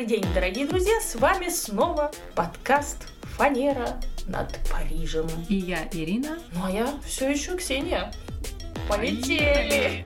Добрый день, дорогие друзья! С вами снова подкаст «Фанера над Парижем». И я, Ирина. Ну а я все еще Ксения. Полетели!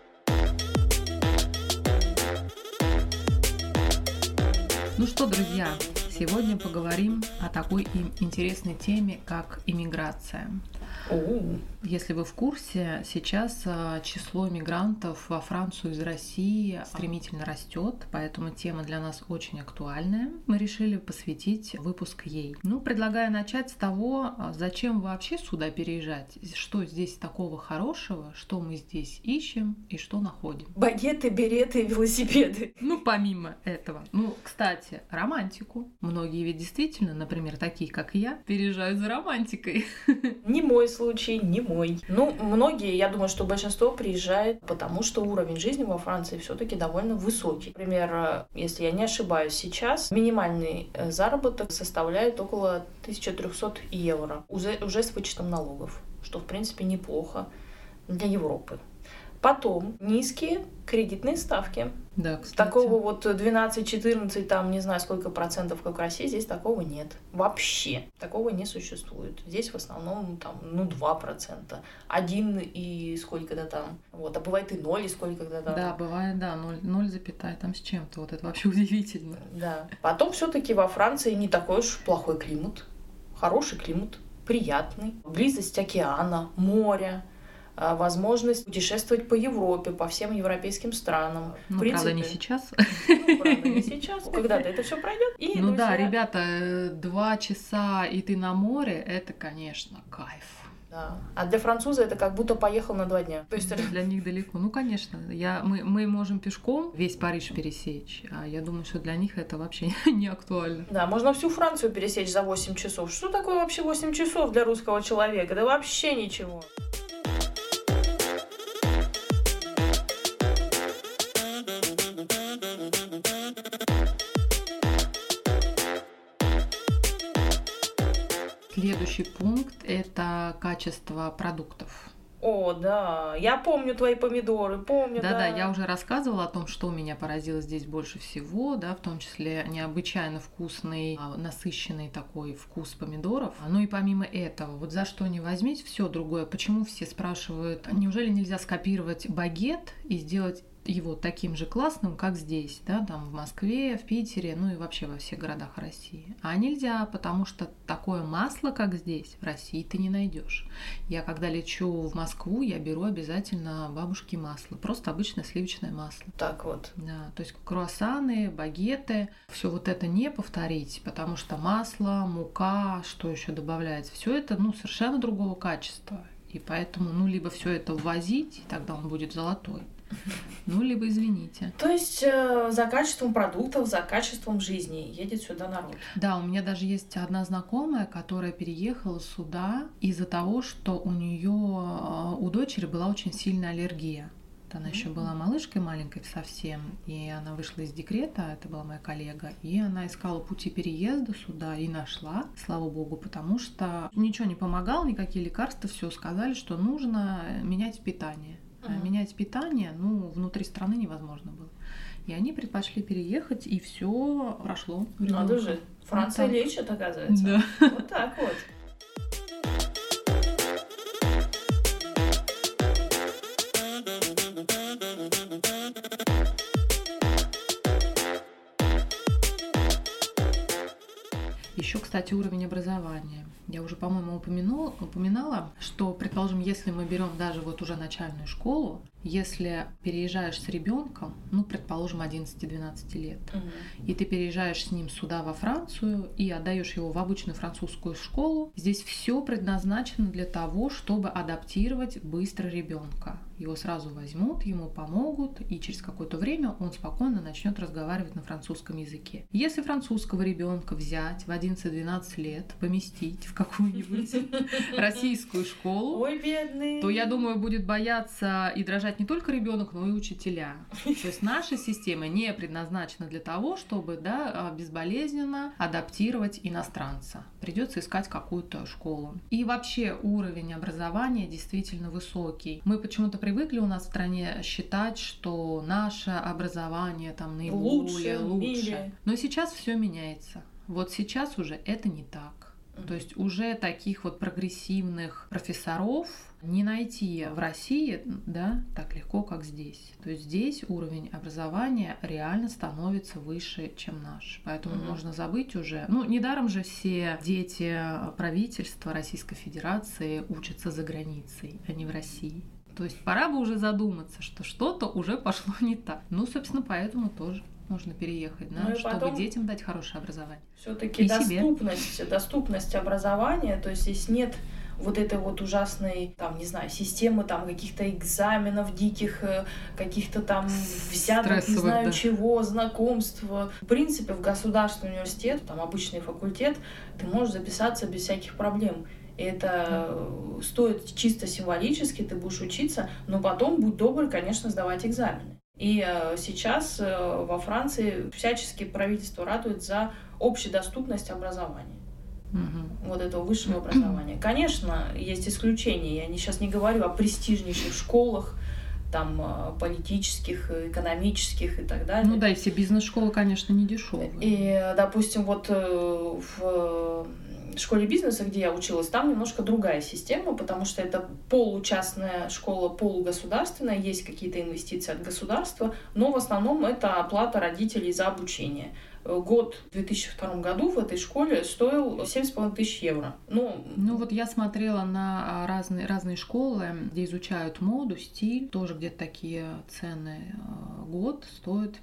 Ну что, друзья, сегодня поговорим о такой интересной теме, как иммиграция. Если вы в курсе, сейчас число мигрантов во Францию из России стремительно растет, поэтому тема для нас очень актуальная. Мы решили посвятить выпуск ей. Предлагаю начать с того, зачем вообще сюда переезжать, что здесь такого хорошего, что мы здесь ищем и что находим. Багеты, береты, велосипеды. Помимо этого. Кстати, романтику. Многие ведь действительно, например, такие, как я, переезжают за романтикой. Не мой случай, не мой. Многие, я думаю, что большинство приезжает, потому что уровень жизни во Франции все-таки довольно высокий. Например, если я не ошибаюсь, сейчас минимальный заработок составляет около 1300 евро, уже с вычетом налогов, что, в принципе, неплохо для Европы. Потом низкие кредитные ставки. Да, кстати. Такого 12-14, там не знаю сколько процентов, как в России, здесь такого нет. Вообще такого не существует. Здесь в основном 2%. 1 и сколько-то там. А бывает и 0 и сколько-то там. Да, бывает, 0 запятая там с чем-то. Это вообще удивительно. Да. Потом все-таки во Франции не такой уж плохой климат. Хороший климат, приятный. Близость океана, моря. Возможность путешествовать по Европе, по всем европейским странам. Правда, не сейчас. Правда, не сейчас. Когда-то это все пройдет. Да, ребята, 2 часа и ты на море, это, конечно, кайф. Да. А для француза это как будто поехал на 2 дня. То есть для них далеко. Конечно, мы можем пешком весь Париж пересечь, а я думаю, что для них это вообще не актуально. Да, можно всю Францию пересечь за 8 часов. Что такое вообще 8 часов для русского человека? Да вообще ничего. Следующий пункт – это качество продуктов. О, да, я помню твои помидоры, помню, да. Да, я уже рассказывала о том, что меня поразило здесь больше всего, в том числе необычайно вкусный, насыщенный такой вкус помидоров. И помимо этого, за что не возьмите, все другое. Почему все спрашивают, неужели нельзя скопировать багет и сделать его таким же классным, как здесь, там в Москве, в Питере, и вообще во всех городах России. А нельзя, потому что такое масло, как здесь, в России ты не найдешь. Я когда лечу в Москву, я беру обязательно бабушки масло, просто обычное сливочное масло. Так вот. Да, то есть круассаны, багеты, все это не повторить, потому что масло, мука, что еще добавляется, все это, совершенно другого качества. И поэтому, либо все это ввозить, и тогда он будет золотой. Либо извините. То есть за качеством продуктов, за качеством жизни едет сюда народ. Да, у меня даже есть одна знакомая, которая переехала сюда из-за того, что у дочери была очень сильная аллергия. Она еще была малышкой маленькой совсем, и она вышла из декрета, это была моя коллега, и она искала пути переезда сюда и нашла, слава богу, потому что ничего не помогало, никакие лекарства, все сказали, что нужно менять питание. Менять питание, внутри страны невозможно было. И они предпочли переехать, и все прошло. Надо же, Франция лечит, оказывается. Да. Вот так вот. Еще, кстати, уровень образования. Я уже, по-моему, упоминала, что, предположим, если мы берем даже уже начальную школу, если переезжаешь с ребенком, предположим, 11-12 лет, и ты переезжаешь с ним сюда, во Францию, и отдаешь его в обычную французскую школу, здесь все предназначено для того, чтобы адаптировать быстро ребенка. Его сразу возьмут, ему помогут, и через какое-то время он спокойно начнет разговаривать на французском языке. Если французского ребенка взять в 11-12 лет, поместить в какую-нибудь российскую школу, ой, бедный, то, я думаю, будет бояться и дрожать страдать не только ребенок, но и учителя. То есть наша система не предназначена для того, чтобы безболезненно адаптировать иностранца. Придется искать какую-то школу. И вообще уровень образования действительно высокий. Мы почему-то привыкли у нас в стране считать, что наше образование там наиболее лучше. Но сейчас все меняется. Вот сейчас уже это не так. То есть уже таких вот прогрессивных профессоров не найти в России, да, так легко, как здесь. То есть здесь уровень образования реально становится выше, чем наш. Поэтому можно забыть уже. Ну, недаром же все дети правительства Российской Федерации учатся за границей, а не в России. То есть пора бы уже задуматься, что что-то уже пошло не так. Ну, собственно, поэтому тоже нужно переехать, да, чтобы детям дать хорошее образование. Все-таки доступность образования, то есть здесь нет вот этой вот ужасной, там, не знаю, системы там каких-то экзаменов диких, каких-то там взяток, не знаю чего, знакомств. В принципе, в государственный университет, там обычный факультет, ты можешь записаться без всяких проблем. И это стоит чисто символически, ты будешь учиться, но потом, будь добр, конечно, сдавать экзамены. И сейчас во Франции всячески правительство ратует за общедоступность образования. Вот этого высшего образования. Конечно, есть исключения. Я сейчас не говорю о престижнейших школах, там, политических, экономических и так далее. Ну да, и все бизнес-школы, конечно, не дешевые. И, допустим, вот в школе бизнеса, где я училась, там немножко другая система, потому что это получастная школа, полугосударственная, есть какие-то инвестиции от государства, но в основном это оплата родителей за обучение. Год в 2002 году в этой школе стоил 7,5 тысяч евро. Ну вот я смотрела на разные школы, где изучают моду, стиль, тоже где-то такие цены. Год стоит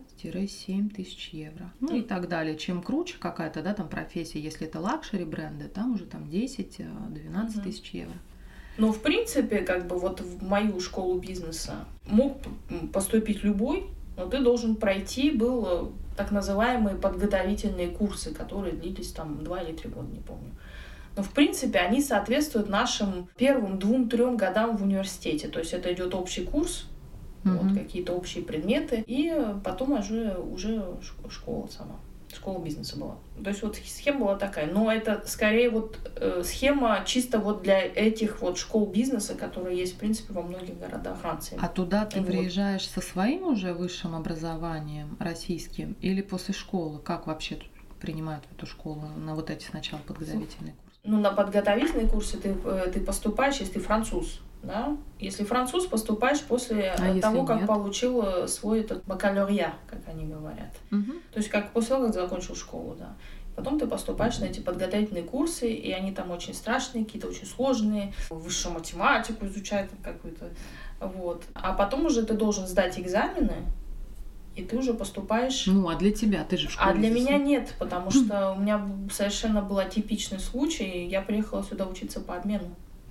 5-7 тысяч евро. Ну и так далее. Чем круче какая-то, да, там профессия, если это лакшери бренды, там уже там 10-12 тысяч евро. Но в принципе, как бы вот в мою школу бизнеса мог поступить любой, но ты должен пройти был так называемые подготовительные курсы, которые длились там 2 или 3 года, не помню. Но в принципе они соответствуют нашим первым 2-3 годам в университете. То есть это идет общий курс, вот, какие-то общие предметы, и потом уже школа сама. Школа бизнеса была. То есть вот схема была такая. Но это скорее вот схема чисто вот для этих вот школ бизнеса, которые есть, в принципе, во многих городах Франции. А туда ты приезжаешь со своим уже высшим образованием российским или после школы? Как вообще тут принимают в эту школу на вот эти сначала подготовительные курсы? Ну, на подготовительные курсы ты поступаешь, если ты француз. Да? Если француз, поступаешь после того, как получил свой этот бакалавриат, как они говорят. То есть как после того, как закончил школу, да. Потом ты поступаешь на эти подготовительные курсы, и они там очень страшные, какие-то очень сложные, высшую математику изучают какую-то. Вот. А потом уже ты должен сдать экзамены, и ты уже поступаешь... Ну, а для тебя? Ты же в школе. А для меня нет, потому что у меня совершенно был атипичный случай. Я приехала сюда учиться по обмену.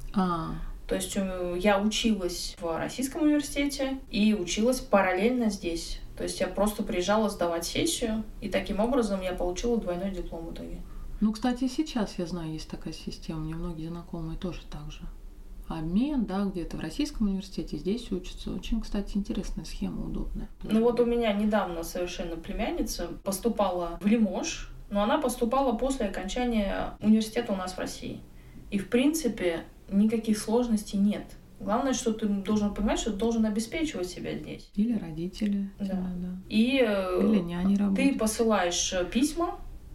То есть я училась в Российском университете и училась параллельно здесь. То есть я просто приезжала сдавать сессию, и таким образом я получила двойной диплом в итоге. Ну, кстати, сейчас, я знаю, есть такая система, у меня многие знакомые тоже так же. Обмен, да, где-то в Российском университете, здесь учатся. Очень, кстати, интересная схема, удобная. Ну вот у меня недавно совершенно племянница поступала в Лимож, но она поступала после окончания университета у нас в России. И, в принципе, никаких сложностей нет. Главное, что ты должен понимать, что ты должен обеспечивать себя здесь. Или родители. Да. И или няни работают. Ты посылаешь письма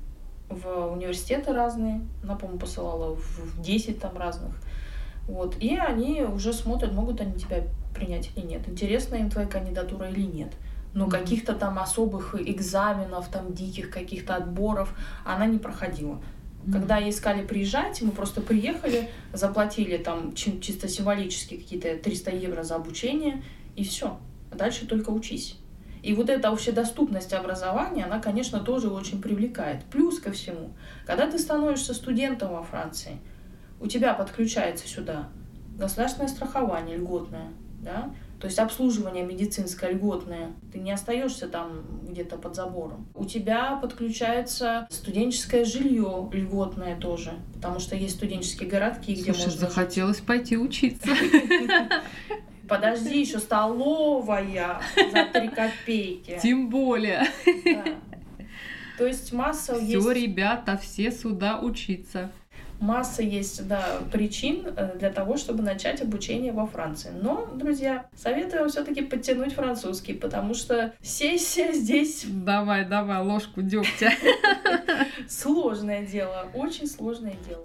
в университеты разные. Она, по-моему, посылала в 10 там разных. Вот. И они уже смотрят, могут они тебя принять или нет. Интересна им твоя кандидатура или нет. Но каких-то там особых экзаменов, там диких каких-то отборов она не проходила. Когда искали приезжать, мы просто приехали, заплатили там чисто символически какие-то 300 евро за обучение, и все. Дальше только учись. И вот эта общедоступность образования, она, конечно, тоже очень привлекает. Плюс ко всему, когда ты становишься студентом во Франции, у тебя подключается сюда государственное страхование льготное, да? То есть обслуживание медицинское льготное. Ты не остаешься там где-то под забором. У тебя подключается студенческое жилье льготное тоже, потому что есть студенческие городки, где можно... захотелось пойти учиться. Подожди, еще столовая за 3 копейки. Тем более. Да. То есть масса есть... Все, ребята, все сюда учиться. Масса есть, да, причин для того, чтобы начать обучение во Франции. Но, друзья, советую вам все-таки подтянуть французский, потому что сессия здесь... Давай, ложку дегтя. Сложное дело, очень сложное дело.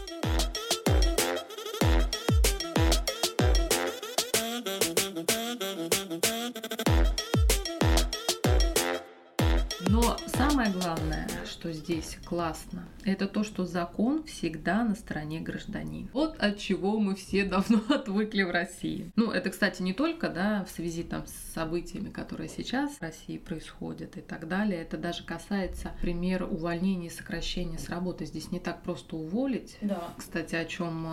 Но самое главное, что здесь классно, это то, что закон всегда на стороне гражданина. Вот от чего мы все давно отвыкли в России. Ну, это, кстати, не только, да, в связи там с событиями, которые сейчас в России происходят и так далее. Это даже касается, например, увольнения и сокращения с работы. Здесь не так просто уволить. Да. Кстати, о чем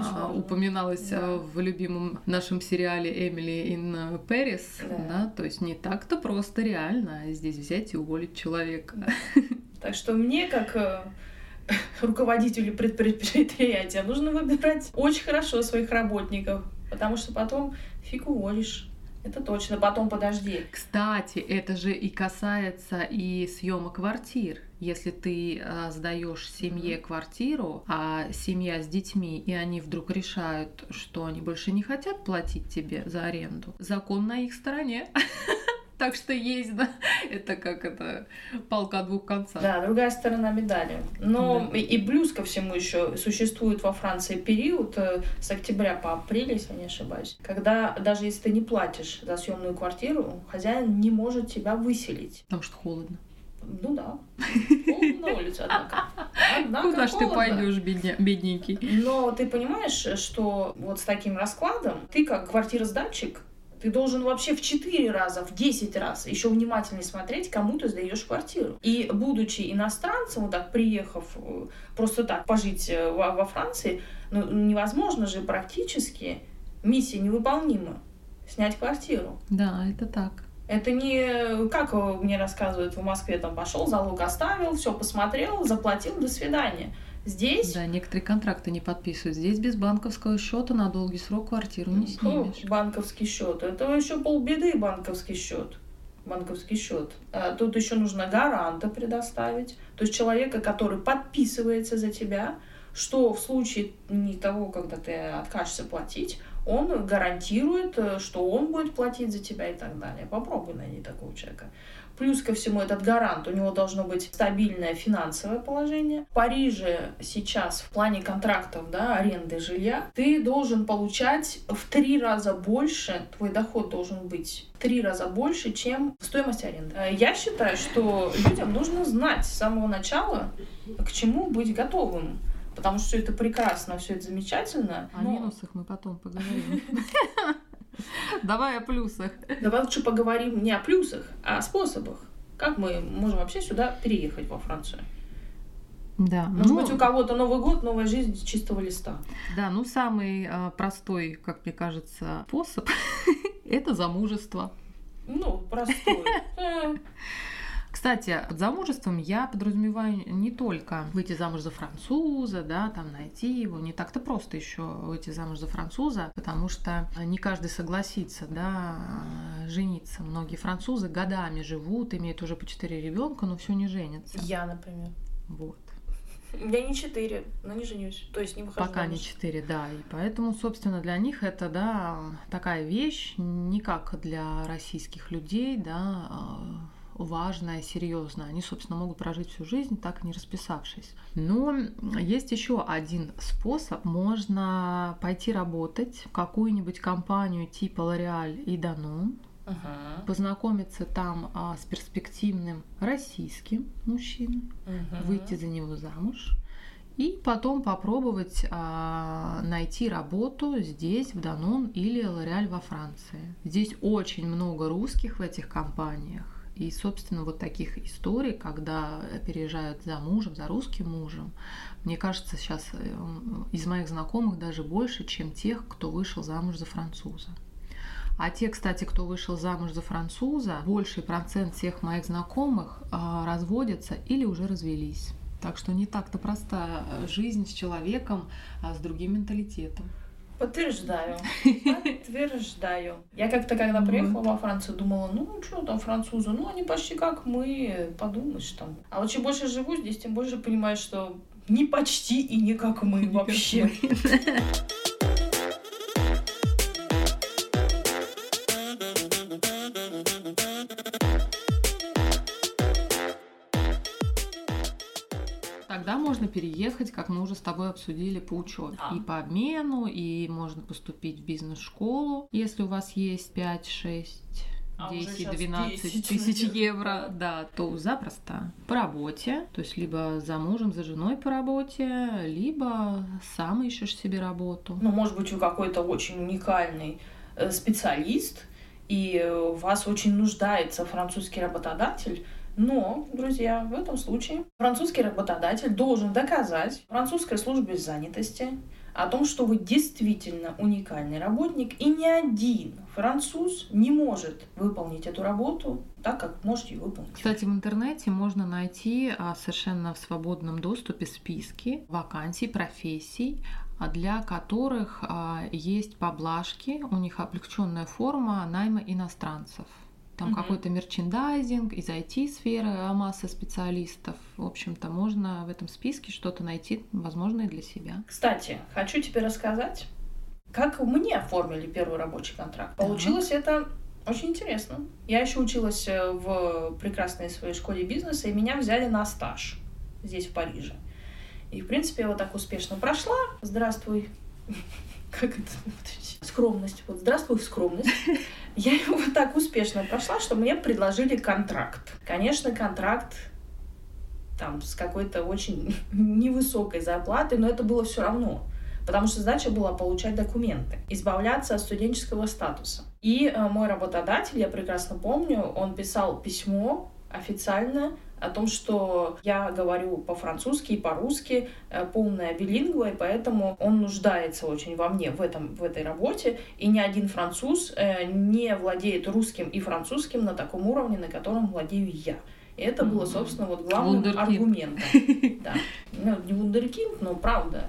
– упоминалось в любимом нашем сериале «Эмили ин Пэрис». Да, то есть не так-то просто реально здесь взять и уволить человека. Так что мне, как руководителю предприятия, нужно выбирать очень хорошо своих работников, потому что потом фиг уволишь. Это точно. Потом подожди. Кстати, это же и касается и съема квартир. Если ты сдаешь семье квартиру, а семья с детьми, и они вдруг решают, что они больше не хотят платить тебе за аренду, закон на их стороне. Так что есть, да, это как это палка о двух концах. Да, другая сторона медали. Но да. И плюс ко всему еще существует во Франции период с октября по апрель, если я не ошибаюсь, когда даже если ты не платишь за съемную квартиру, хозяин не может тебя выселить. Потому что холодно. Ну да. Холодно на улице, однако. Куда ж ты пойдешь, бедненький? Но ты понимаешь, что вот с таким раскладом ты как квартиросдатчик, ты должен вообще в 4 раза, в 10 раз еще внимательнее смотреть, кому ты сдаешь квартиру. И будучи иностранцем, вот так приехав просто так пожить во Франции, ну, невозможно же практически, миссия невыполнима, снять квартиру. Да, это так. Это не, как мне рассказывают, в Москве там пошел, залог оставил, все посмотрел, заплатил, до свидания. Здесь... Да, некоторые контракты не подписывают. Здесь без банковского счета на долгий срок квартиру не снимешь. Банковский счет. Это еще полбеды, банковский счет. Банковский счет. Тут еще нужно гаранта предоставить. То есть человека, который подписывается за тебя, что в случае того, когда ты откажешься платить, он гарантирует, что он будет платить за тебя и так далее. Попробуй найти такого человека. Плюс ко всему этот гарант, у него должно быть стабильное финансовое положение. В Париже сейчас в плане контрактов, да, аренды жилья, ты должен получать в 3 раза больше, твой доход должен быть в 3 раза больше, чем стоимость аренды. Я считаю, что людям нужно знать с самого начала, к чему быть готовым. Потому что все это прекрасно, все это замечательно. О минусах мы потом поговорим. Давай о плюсах. Давай лучше поговорим не о плюсах, а о способах. Как мы можем вообще сюда переехать во Францию? Да. Может быть, у кого-то Новый год, новая жизнь с чистого листа. Да, ну самый простой, как мне кажется, способ – это замужество. Ну, простой. Кстати, под замужеством я подразумеваю не только выйти замуж за француза, да, там найти его, не так-то просто еще выйти замуж за француза, потому что не каждый согласится, да, жениться. Многие французы годами живут, имеют уже по 4 ребенка, но все не женятся. Я, например. Вот. У меня не 4, но не женюсь, то есть не выхожу Пока замуж. не 4, да, и поэтому, собственно, для них это, да, такая вещь, не как для российских людей, да, важная, серьезная. Они, собственно, могут прожить всю жизнь, так и не расписавшись. Но есть еще один способ. Можно пойти работать в какую-нибудь компанию типа L'Oréal и Danone, познакомиться там с перспективным российским мужчиной, выйти за него замуж и потом попробовать найти работу здесь, в Danone или L'Oréal во Франции. Здесь очень много русских в этих компаниях. И, собственно, вот таких историй, когда переезжают за мужем, за русским мужем, мне кажется, сейчас из моих знакомых даже больше, чем тех, кто вышел замуж за француза. А те, кстати, кто вышел замуж за француза, больший процент всех моих знакомых разводятся или уже развелись. Так что не так-то проста жизнь с человеком с другим менталитетом. Подтверждаю. Я как-то, когда приехала во Францию, думала, ну, что там французы, ну, они почти как мы, подумаешь там. А вот чем больше живу здесь, тем больше понимаю, что не почти и не как мы вообще. Тогда можно переехать, как мы уже с тобой обсудили, по учебе. Да. И по обмену, и можно поступить в бизнес-школу, если у вас есть 5, 6, 10, 12 тысяч евро, да, то запросто. По работе, то есть либо за мужем, за женой по работе, либо сам ищешь себе работу. Ну, может быть, вы какой-то очень уникальный специалист, и у вас очень нуждается французский работодатель. Но, друзья, в этом случае французский работодатель должен доказать французской службе занятости о том, что вы действительно уникальный работник, и ни один француз не может выполнить эту работу так, как можете ее выполнить. Кстати, в интернете можно найти совершенно в свободном доступе списки вакансий, профессий, для которых есть поблажки, у них облегченная форма найма иностранцев. Там какой-то мерчендайзинг из IT-сферы, масса специалистов. В общем-то, можно в этом списке что-то найти, возможно, и для себя. Кстати, хочу тебе рассказать, как мне оформили первый рабочий контракт. Получилось это очень интересно. Я еще училась в прекрасной своей школе бизнеса, и меня взяли на стаж здесь, в Париже. И, в принципе, я вот так успешно прошла. Здравствуй. Как это? Скромность. Вот здравствуй, скромность. Я его вот так успешно прошла, что мне предложили контракт. Конечно, контракт там с какой-то очень невысокой зарплатой, но это было все равно. Потому что задача была получать документы, избавляться от студенческого статуса. И мой работодатель, я прекрасно помню, он писал письмо официально о том, что я говорю по-французски и по-русски, полная билингва, и поэтому он нуждается очень во мне в этой работе, и ни один француз не владеет русским и французским на таком уровне, на котором владею я. И это было, собственно, вот главным аргументом. Да. Ну, не вундеркинд, но правда.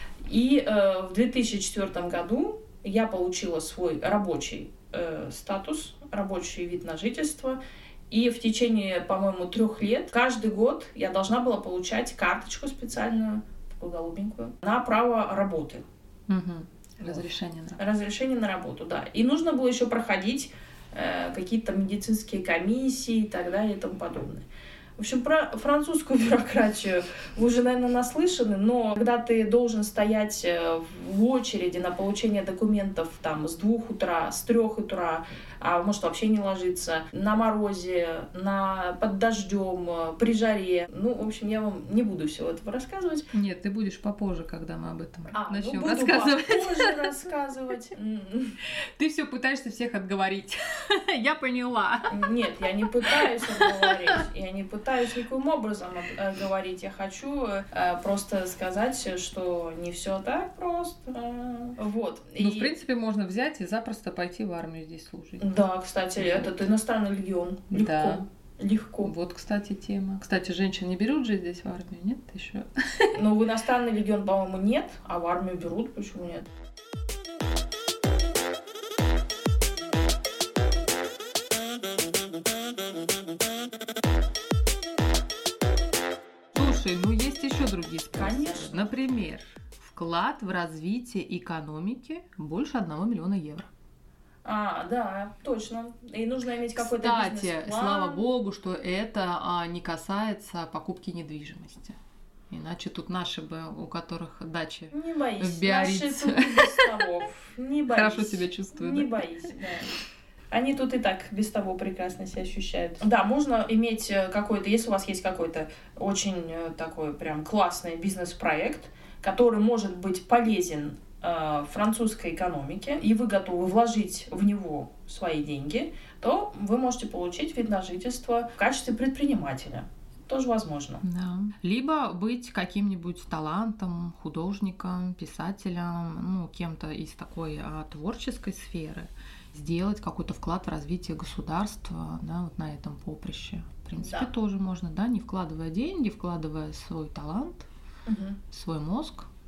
И в 2004 году я получила свой рабочий статус, рабочий вид на жительство. И в течение, по-моему, 3 лет, каждый год я должна была получать карточку специальную, такую голубенькую, на право работы. Разрешение на работу. Разрешение на работу, да. И нужно было еще проходить какие-то медицинские комиссии и так далее и тому подобное. В общем, про французскую бюрократию вы уже, наверное, наслышаны, но когда ты должен стоять в очереди на получение документов там с 2 утра, с 3 утра, а может вообще не ложиться, на морозе, под дождем, при жаре. Ну, в общем, я вам не буду всего этого рассказывать. Нет, ты будешь попозже, когда мы об этом начнем буду рассказывать. Попозже рассказывать. Ты все пытаешься всех отговорить. Я поняла. Нет, я не пытаюсь отговорить. Я не пытаюсь никаким образом говорить. Я хочу просто сказать, что не все так просто. Вот. Ну, в принципе, можно взять и запросто пойти в армию здесь служить. Да, кстати, этот иностранный легион. Легко. Да. Легко. Вот, кстати, тема. Кстати, женщин не берут же здесь в армию, нет? Еще. Ну, в иностранный легион, по-моему, нет, а в армию берут, почему нет? Слушай, ну есть еще другие способы. Конечно. Например, вклад в развитие экономики больше 1 миллиона евро. Да, точно. И нужно иметь какой-то бизнес-план. Кстати, слава богу, что это не касается покупки недвижимости. Иначе тут наши бы, у которых дачи не боись, в Биаррице. наши тут без того. Не боись. Хорошо себя чувствуют. Не боись, да. Они тут и так без того прекрасно себя ощущают. Да, можно иметь какой-то, если у вас есть какой-то очень такой прям классный бизнес-проект, который может быть полезен французской экономике, и вы готовы вложить в него свои деньги, то вы можете получить вид на жительство в качестве предпринимателя. Тоже возможно. Да. Либо быть каким-нибудь талантом, художником, писателем, ну, кем-то из такой творческой сферы, сделать какой-то вклад в развитие государства, да, вот на этом поприще. В принципе, тоже можно, да, не вкладывая деньги, вкладывая свой талант, свой мозг,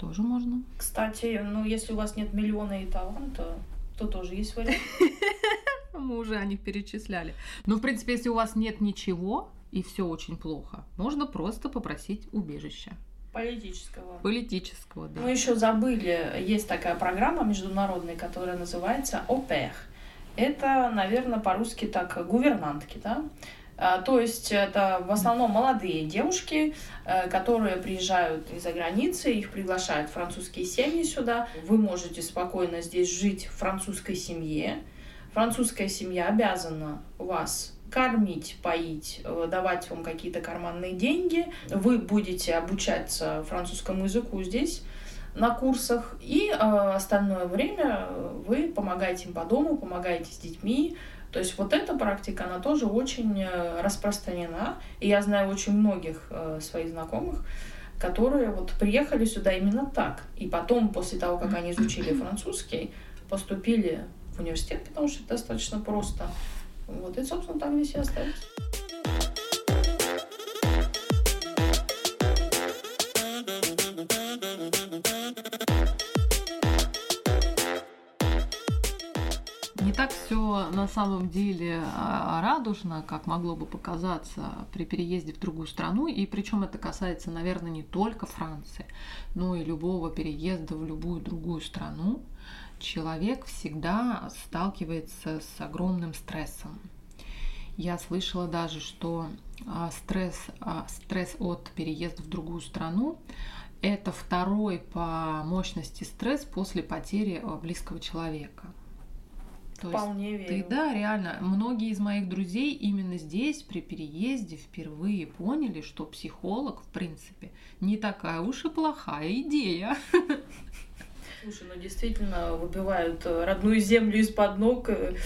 Тоже можно. Кстати, если у вас нет миллиона и таланта, то тоже есть вариант. Мы уже о них перечисляли. Но, в принципе, если у вас нет ничего и все очень плохо, можно просто попросить убежища. Политического, да. Мы еще забыли, есть такая программа международная, которая называется au pair. Это, наверное, по-русски так гувернантки, да? То есть это в основном молодые девушки, которые приезжают из-за границы, их приглашают французские семьи сюда. Вы можете спокойно здесь жить в французской семье. Французская семья обязана вас кормить, поить, давать вам какие-то карманные деньги. Вы будете обучаться французскому языку здесь на курсах, и остальное время вы помогаете им по дому, помогаете с детьми. То есть вот эта практика, она тоже очень распространена. И я знаю очень многих своих знакомых, которые вот приехали сюда именно так. И потом, после того, как они изучили французский, поступили в университет, потому что это достаточно просто. Вот, и, собственно, так здесь и остались. Не так все на самом деле радужно, как могло бы показаться при переезде в другую страну. И причем это касается, наверное, не только Франции, но и любого переезда в любую другую страну. Человек всегда сталкивается с огромным стрессом. Я слышала даже, что стресс от переезда в другую страну – это второй по мощности стресс после потери близкого человека. Вполне верю. Да, реально. Многие из моих друзей именно здесь, при переезде, впервые поняли, что психолог, в принципе, не такая уж и плохая идея. Слушай, действительно выбивают родную землю из-под ног.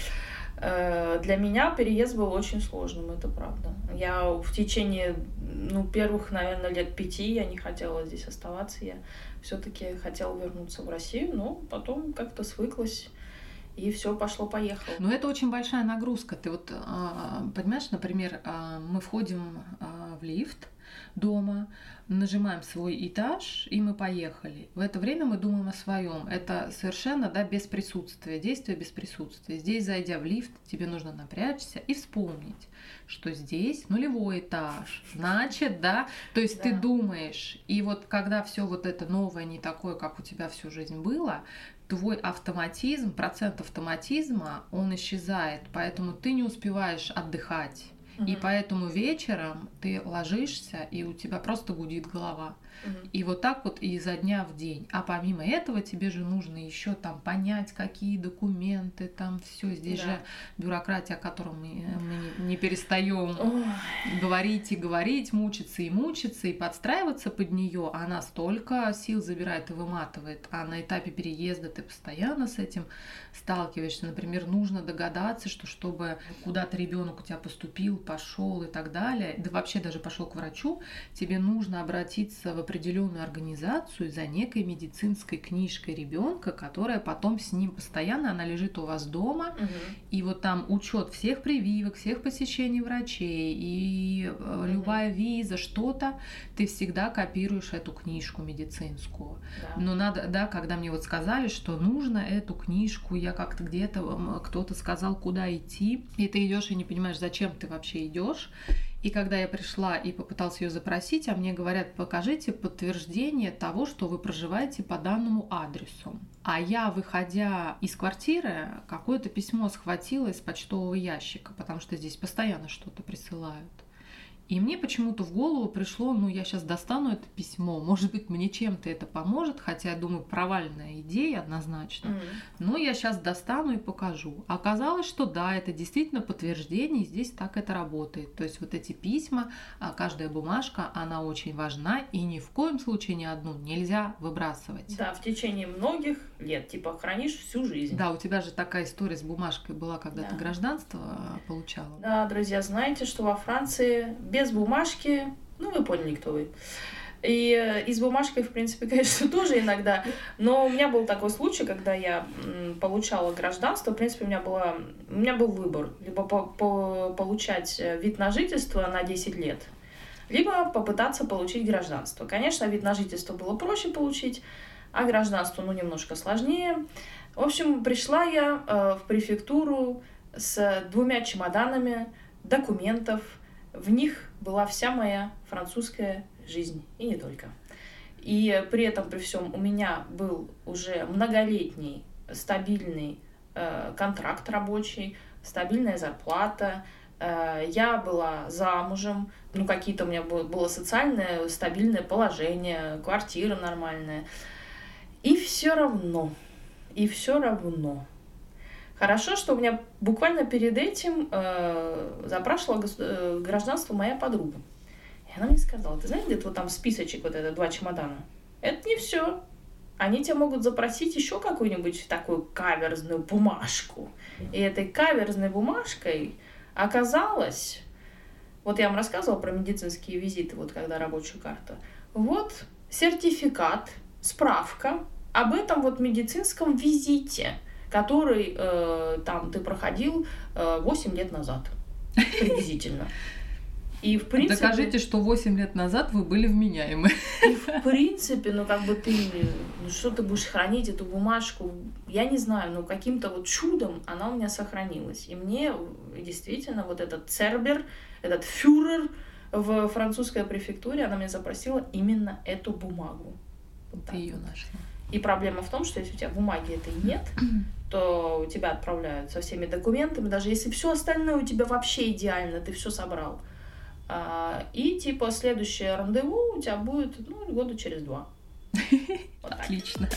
Для меня переезд был очень сложным, это правда. Я в течение, первых, наверное, лет 5 я не хотела здесь оставаться. Я все-таки хотела вернуться в Россию, но потом как-то свыклась. И все пошло-поехало. Но это очень большая нагрузка. Ты вот понимаешь, например, мы входим в лифт дома, нажимаем свой этаж, и мы поехали. В это время мы думаем о своем. Это совершенно, без присутствия, действие без присутствия. Здесь, зайдя в лифт, тебе нужно напрячься и вспомнить, что здесь нулевой этаж. Значит, то есть ты думаешь, и вот когда все вот это новое не такое, как у тебя всю жизнь было, твой автоматизм, процент автоматизма, он исчезает, поэтому ты не успеваешь отдыхать. И поэтому вечером ты ложишься, и у тебя просто гудит голова. И вот так вот изо дня в день. А помимо этого тебе же нужно еще там понять, какие документы, там все. Здесь же бюрократия, о которой мы не перестаем говорить и говорить, мучиться и мучиться, и подстраиваться под нее. Она столько сил забирает и выматывает. А на этапе переезда ты постоянно с этим сталкиваешься. Например, нужно догадаться, что чтобы куда-то ребенок у тебя поступил, пошел и так далее, да вообще даже пошел к врачу, тебе нужно обратиться в определенную организацию за некой медицинской книжкой ребенка, которая потом с ним постоянно, она лежит у вас дома, и вот там учет всех прививок, всех посещений врачей, и любая виза, что-то, ты всегда копируешь эту книжку медицинскую. Но надо, когда мне вот сказали, что нужно эту книжку, я как-то где-то, кто-то сказал, куда идти, и ты идешь и не понимаешь, зачем ты вообще идешь. И когда я пришла и попыталась ее запросить, а мне говорят, покажите подтверждение того, что вы проживаете по данному адресу. А я, выходя из квартиры, какое-то письмо схватила из почтового ящика, потому что здесь постоянно что-то присылают. И мне почему-то в голову пришло, я сейчас достану это письмо, может быть, мне чем-то это поможет, хотя я думаю, провальная идея однозначно, но я сейчас достану и покажу. Оказалось, что это действительно подтверждение, и здесь так это работает. То есть вот эти письма, каждая бумажка, она очень важна, и ни в коем случае ни одну нельзя выбрасывать. Да, в течение многих лет, хранишь всю жизнь. Да, у тебя же такая история с бумажкой была, когда ты гражданство получала. Да, друзья, знаете, что во Франции без бумажки, вы поняли, кто вы. И с бумажкой, в принципе, конечно, тоже иногда. Но у меня был такой случай, когда я получала гражданство. В принципе, у меня был выбор. Либо получать вид на жительство на 10 лет, либо попытаться получить гражданство. Конечно, вид на жительство было проще получить, а гражданство, немножко сложнее. В общем, пришла я в префектуру с 2 чемоданами документов. В них была вся моя французская жизнь, и не только. И при этом, при всем, у меня был уже многолетний стабильный контракт рабочий, стабильная зарплата. Я была замужем, какие-то у меня было социальное стабильное положение, квартира нормальная. И все равно. Хорошо, что у меня буквально перед этим запрашивала гражданство моя подруга. И она мне сказала: ты знаешь, где-то вот там списочек, вот это 2 чемодана. Это не все. Они тебя могут запросить еще какую-нибудь такую каверзную бумажку. И этой каверзной бумажкой оказалось... Вот я вам рассказывала про медицинские визиты, вот когда рабочая карта. Вот сертификат, справка об этом вот медицинском визите, который там ты проходил 8 лет назад приблизительно. И в принципе... Докажите, что 8 лет назад вы были вменяемы. И в принципе, что ты будешь хранить эту бумажку? Я не знаю, каким-то вот чудом она у меня сохранилась. И мне действительно вот этот цербер, этот фюрер в французской префектуре, она меня запросила именно эту бумагу. Вот ты ее нашла. И проблема в том, что если у тебя бумаги этой нет, то тебя отправляют со всеми документами, даже если все остальное у тебя вообще идеально, ты все собрал. И следующее рандеву у тебя будет года через 2. Вот отлично.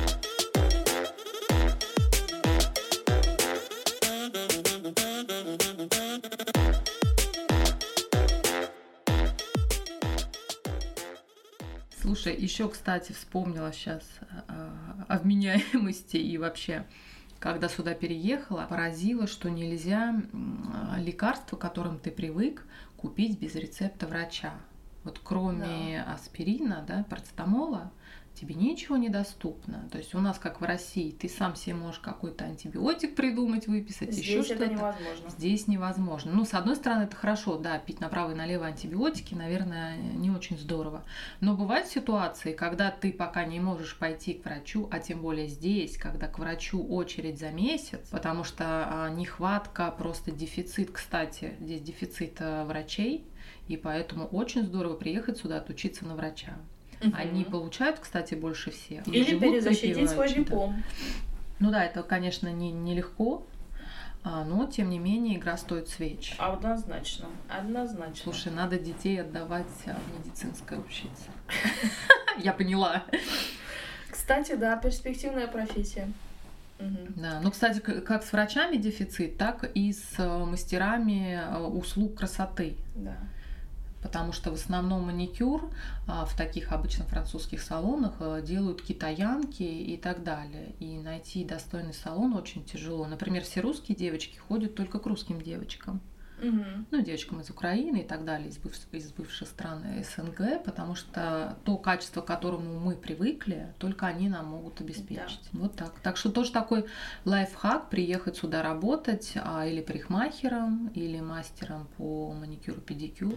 Слушай, еще, кстати, вспомнила сейчас о вменяемости и вообще, когда сюда переехала, поразило, что нельзя лекарства, к которым ты привык, купить без рецепта врача. Вот кроме аспирина, парацетамола, тебе ничего недоступно. То есть у нас, как в России, ты сам себе можешь какой-то антибиотик придумать, выписать, еще что-то. Здесь это невозможно. Здесь невозможно. С одной стороны, это хорошо, пить направо и налево антибиотики, наверное, не очень здорово. Но бывают ситуации, когда ты пока не можешь пойти к врачу, а тем более здесь, когда к врачу очередь за месяц, потому что нехватка, просто дефицит, кстати, здесь дефицит врачей, и поэтому очень здорово приехать сюда, отучиться на врача. Они получают, кстати, больше всех. Или перезащитить свой диплом. Это, конечно, нелегко, но, тем не менее, игра стоит свеч. Однозначно. Слушай, надо детей отдавать в медицинское учиться. Я поняла. Кстати, перспективная профессия. Да, кстати, как с врачами дефицит, так и с мастерами услуг красоты. Да. Потому что в основном маникюр в таких обычно французских салонах делают китаянки и так далее. И найти достойный салон очень тяжело. Например, все русские девочки ходят только к русским девочкам. Девочкам из Украины и так далее, из бывших стран СНГ, потому что то качество, к которому мы привыкли, только они нам могут обеспечить. Да. Вот так. Так что тоже такой лайфхак — приехать сюда работать или парикмахером, или мастером по маникюру, педикюру.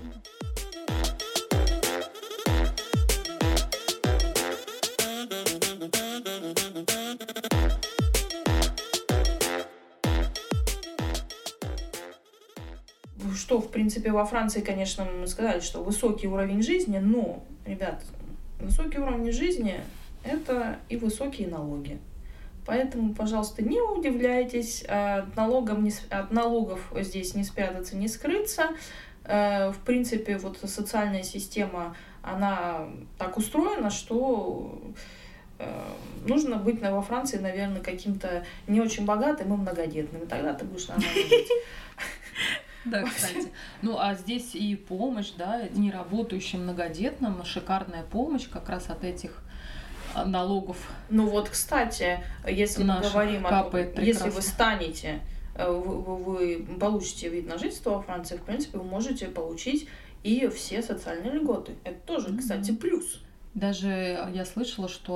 Что, в принципе, во Франции, конечно, мы сказали, что высокий уровень жизни, но, ребят, высокий уровень жизни – это и высокие налоги. Поэтому, пожалуйста, не удивляйтесь, от налогов здесь не спрятаться, не скрыться. В принципе, вот социальная система, она так устроена, что нужно быть во Франции, наверное, каким-то не очень богатым и многодетным. И тогда ты будешь нормально жить. Да, кстати. А здесь и помощь, неработающим многодетным, шикарная помощь как раз от этих налогов. Кстати, если мы говорим о том, если вы станете, вы получите вид на жительство во Франции, в принципе, вы можете получить и все социальные льготы. Это тоже, кстати, плюс. Даже я слышала, что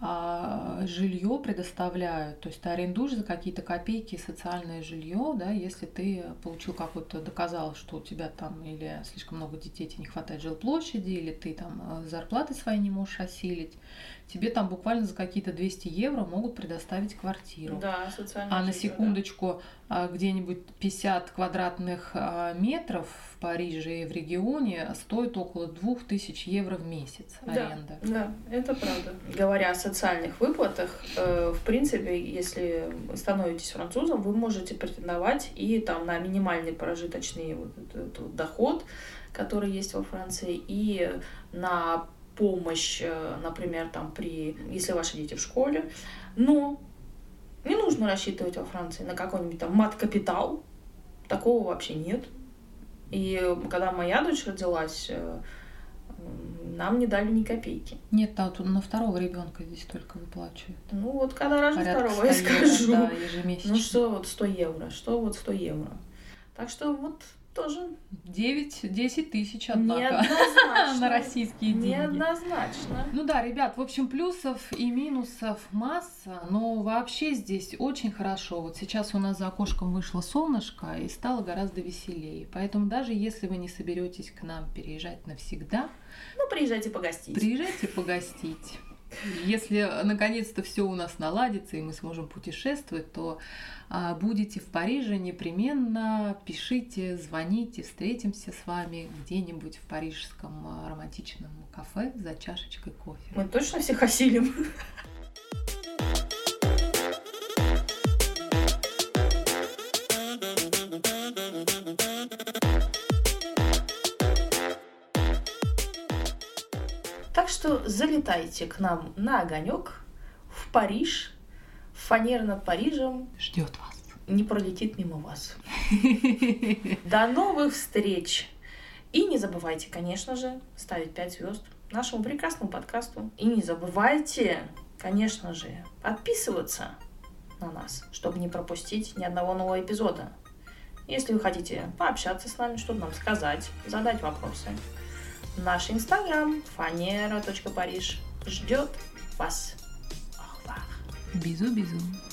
жилье предоставляют, то есть ты арендуешь за какие-то копейки социальное жилье, да, если ты получил какой-то, доказал, что у тебя там или слишком много детей, тебе не хватает жилплощади, или ты там зарплаты свои не можешь осилить, тебе там буквально за какие-то 200 евро могут предоставить квартиру. Да, социальное жилье, на секундочку, где-нибудь 50 квадратных метров в Париже и в регионе стоит около 2000 евро в месяц аренда. Да, это правда. Говоря о социальных выплатах, в принципе, если вы становитесь французом, вы можете претендовать и там на минимальный прожиточный этот доход, который есть во Франции, и на помощь, например, там если ваши дети в школе, но не нужно рассчитывать во Франции на какой-нибудь там мат-капитал, такого вообще нет. И когда моя дочь родилась, нам не дали ни копейки. Нет, там на второго ребенка здесь только выплачивают. Ну вот когда рожу второго, я скажу. Да, ежемесячно. Ну что вот 100 евро, Так что вот тоже 9-10 тысяч, однако, на российские деньги. Неоднозначно. Ну да, ребят, в общем, плюсов и минусов масса, но вообще здесь очень хорошо. Вот сейчас у нас за окошком вышло солнышко и стало гораздо веселее. Поэтому даже если вы не соберетесь к нам переезжать навсегда, приезжайте погостить. Приезжайте погостить. Если наконец-то все у нас наладится и мы сможем путешествовать, то будете в Париже, непременно пишите, звоните, встретимся с вами где-нибудь в парижском романтичном кафе за чашечкой кофе. Мы точно всех осилим. Так что залетайте к нам на огонек в Париж. Фанера над Парижем ждет вас. Не пролетит мимо вас. До новых встреч! И не забывайте, конечно же, ставить 5 звезд нашему прекрасному подкасту. И не забывайте, конечно же, подписываться на нас, чтобы не пропустить ни одного нового эпизода. Если вы хотите пообщаться с нами, что-то нам сказать, задать вопросы, наш инстаграм fanera.paris ждет вас. Бизу-бизу.